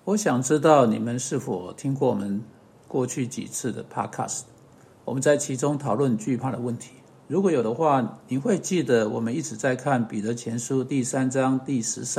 我想知道你们是否听过我们过去几次的 podcast， 我们在其中讨论惧怕的问题。如果有的话，你会记得我们一直在看彼得前书第3章第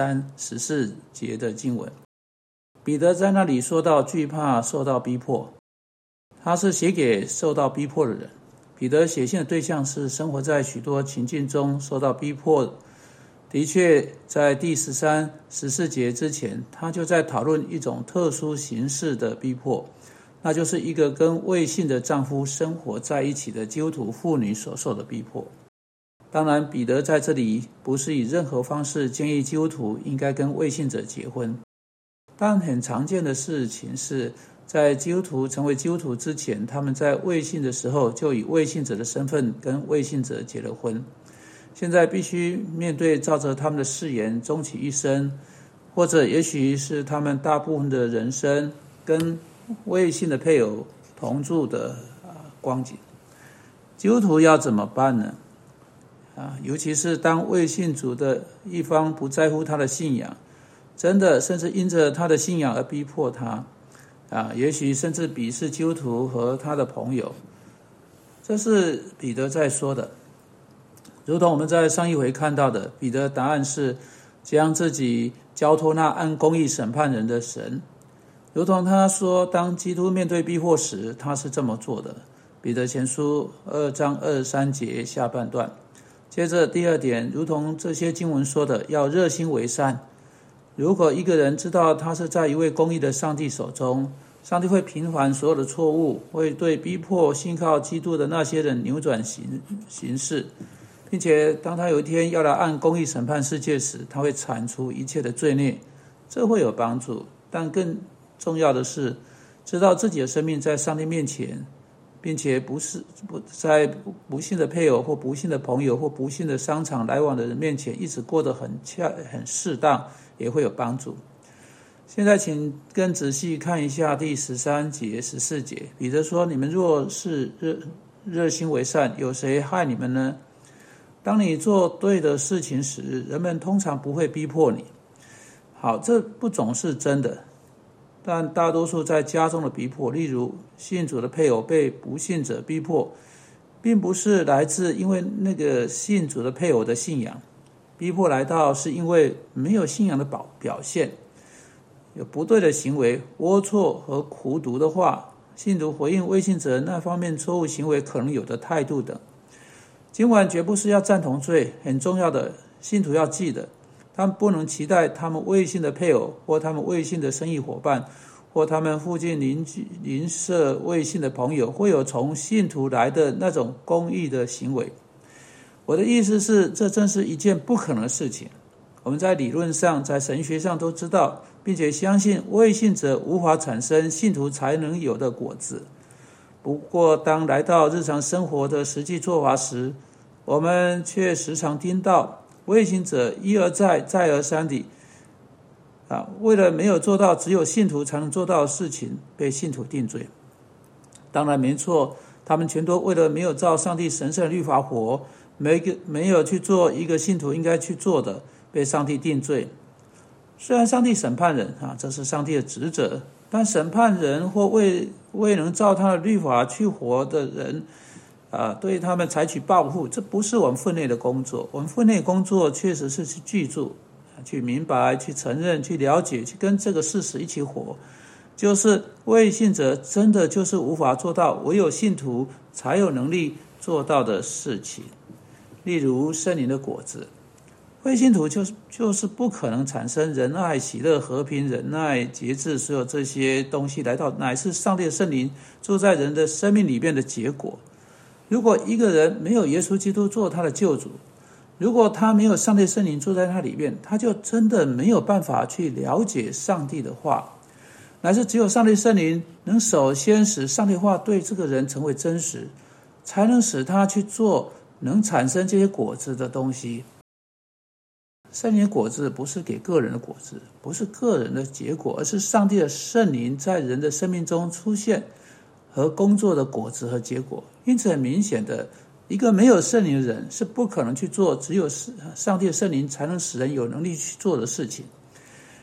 13、14节的经文。彼得在那里说到惧怕受到逼迫，他是写给受到逼迫的人。彼得写信的对象是生活在许多情境中受到逼迫。的确，在第13、14节之前，他就在讨论一种特殊形式的逼迫，那就是一个跟未信的丈夫生活在一起的基督徒妇女所受的逼迫。当然，彼得在这里不是以任何方式建议基督徒应该跟未信者结婚，但很常见的事情是，在基督徒成为基督徒之前，他们在未信的时候就以未信者的身份跟未信者结了婚。现在必须面对照着他们的誓言终其一生，或者也许是他们大部分的人生跟未信的配偶同住的光景。基督徒要怎么办呢？尤其是当未信主的一方不在乎他的信仰，真的甚至因着他的信仰而逼迫他，也许甚至鄙视基督徒和他的朋友。这是彼得在说的。如同我们在上一回看到的，彼得答案是将自己交托那按公义审判人的神。如同他说，当基督面对逼迫时，他是这么做的。彼得前书2章23节下半段。接着第二点，如同这些经文说的，要热心为善。如果一个人知道他是在一位公义的上帝手中，上帝会平反所有的错误，会对逼迫信靠基督的那些人扭转形势，并且当他有一天要来按公义审判世界时，他会铲除一切的罪孽，这会有帮助。但更重要的是，知道自己的生命在上帝面前，并且不在不幸的配偶或不幸的朋友或不幸的商场来往的人面前一直过得很适当，也会有帮助。现在请更仔细看一下第13节、14节。彼得说，你们若是热心为善，有谁害你们呢？当你做对的事情时，人们通常不会逼迫你。好，这不总是真的，但大多数在家中的逼迫，例如信主的配偶被不信者逼迫，并不是来自因为那个信主的配偶的信仰，逼迫来到是因为没有信仰的表现，有不对的行为、龌龊和苦毒的话，信徒回应未信者那方面错误行为可能有的态度等。尽管绝不是要赞同罪，很重要的，信徒要记得，他们不能期待他们未信的配偶，或他们未信的生意伙伴，或他们附近邻舍未信的朋友，会有从信徒来的那种公义的行为。我的意思是，这正是一件不可能的事情。我们在理论上、在神学上都知道，并且相信未信者无法产生信徒才能有的果子。不过当来到日常生活的实际做法时，我们却时常听到未信者一而再再而三地为了没有做到只有信徒才能做到的事情被信徒定罪。当然没错，他们全都为了没有照上帝神圣的律法活，没有去做一个信徒应该去做的，被上帝定罪。虽然上帝审判人这是上帝的职责，但审判人或未能照他的律法去活的人对他们采取报复，这不是我们分内的工作。我们分内工作确实是去记住、去明白、去承认、去了解、去跟这个事实一起活。就是未信者真的就是无法做到唯有信徒才有能力做到的事情，例如圣灵的果子。未信徒就是不可能产生仁爱、喜乐、和平、忍耐、节制，所有这些东西来到，乃是上帝的圣灵住在人的生命里面的结果。如果一个人没有耶稣基督做他的救主，如果他没有上帝圣灵住在他里面，他就真的没有办法去了解上帝的话，乃是只有上帝圣灵能首先使上帝话对这个人成为真实，才能使他去做能产生这些果子的东西。圣灵的果子不是给个人的果子，不是个人的结果，而是上帝的圣灵在人的生命中出现和工作的果子和结果。因此很明显的，一个没有圣灵的人是不可能去做只有上帝的圣灵才能使人有能力去做的事情。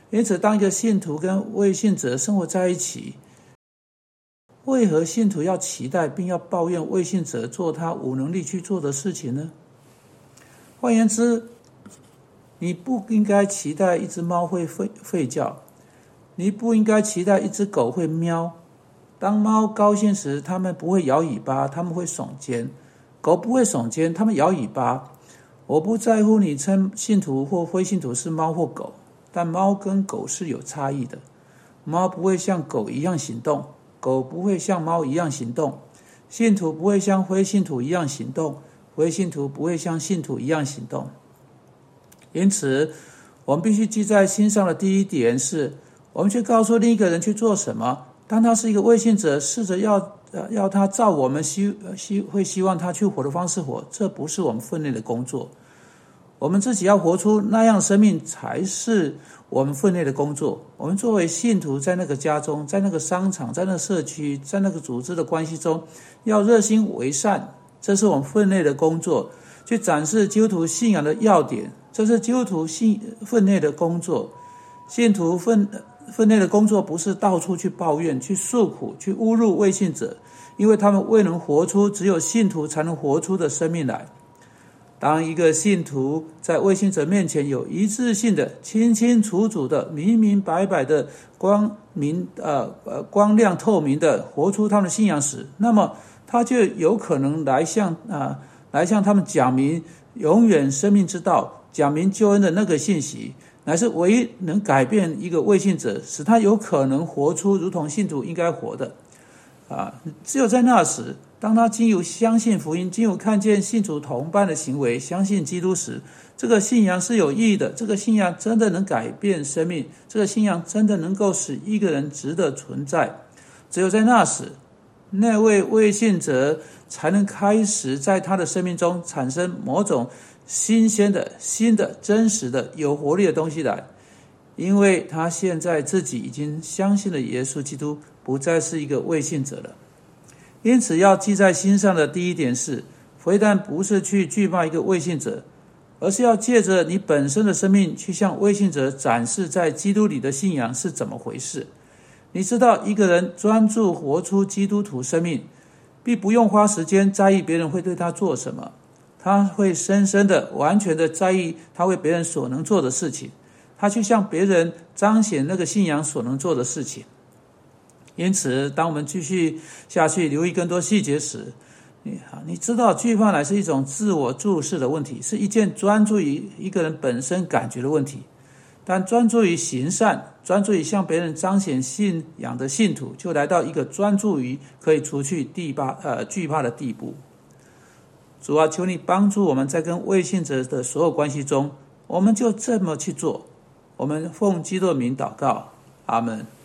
因此，当一个信徒跟未信者生活在一起，为何信徒要期待并要抱怨未信者做他无能力去做的事情呢？换言之，你不应该期待一只猫会吠叫，你不应该期待一只狗会喵。当猫高兴时，它们不会摇尾巴，它们会耸肩；狗不会耸肩，它们摇尾巴。我不在乎你称信徒或非信徒是猫或狗，但猫跟狗是有差异的。猫不会像狗一样行动，狗不会像猫一样行动，信徒不会像非信徒一样行动，非信徒不会像信徒一样行动。因此，我们必须记在心上的第一点是，我们去告诉另一个人去做什么。当他是一个未信者，试着要他照我们会希望他去活的方式活，这不是我们分内的工作。我们自己要活出那样的生命，才是我们分内的工作。我们作为信徒，在那个家中，在那个商场，在那个社区，在那个组织的关系中，要热心为善，这是我们分内的工作。去展示基督徒信仰的要点，这是基督徒分内的工作。信徒分内的工作不是到处去抱怨、去诉苦、去侮辱未信者，因为他们未能活出只有信徒才能活出的生命来。当一个信徒在未信者面前有一致性的、清清楚楚的、明明白白的光亮透明的活出他们的信仰时，那么他就有可能来向他们讲明永远生命之道，讲明救恩的那个信息，乃是唯一能改变一个未信者，使他有可能活出如同信徒应该活的。只有在那时，当他经由相信福音，经由看见信徒同伴的行为，相信基督时，这个信仰是有意义的，这个信仰真的能改变生命，这个信仰真的能够使一个人值得存在。只有在那时，那位未信者才能开始在他的生命中产生某种新鲜的、新的、真实的、有活力的东西来，因为他现在自己已经相信了耶稣基督，不再是一个未信者了。因此要记在心上的第一点是，非但不是去惧怕一个未信者，而是要借着你本身的生命去向未信者展示在基督里的信仰是怎么回事。你知道，一个人专注活出基督徒生命，必不用花时间在意别人会对他做什么，他会深深的、完全的在意他为别人所能做的事情，他去向别人彰显那个信仰所能做的事情。因此，当我们继续下去留意更多细节时，你知道惧怕乃是一种自我注视的问题，是一件专注于一个人本身感觉的问题。但专注于行善，专注于向别人彰显信仰的信徒，就来到一个专注于可以除去惧怕的地步。主啊，求你帮助我们在跟未信者的所有关系中，我们就这么去做。我们奉基督的名祷告，阿们。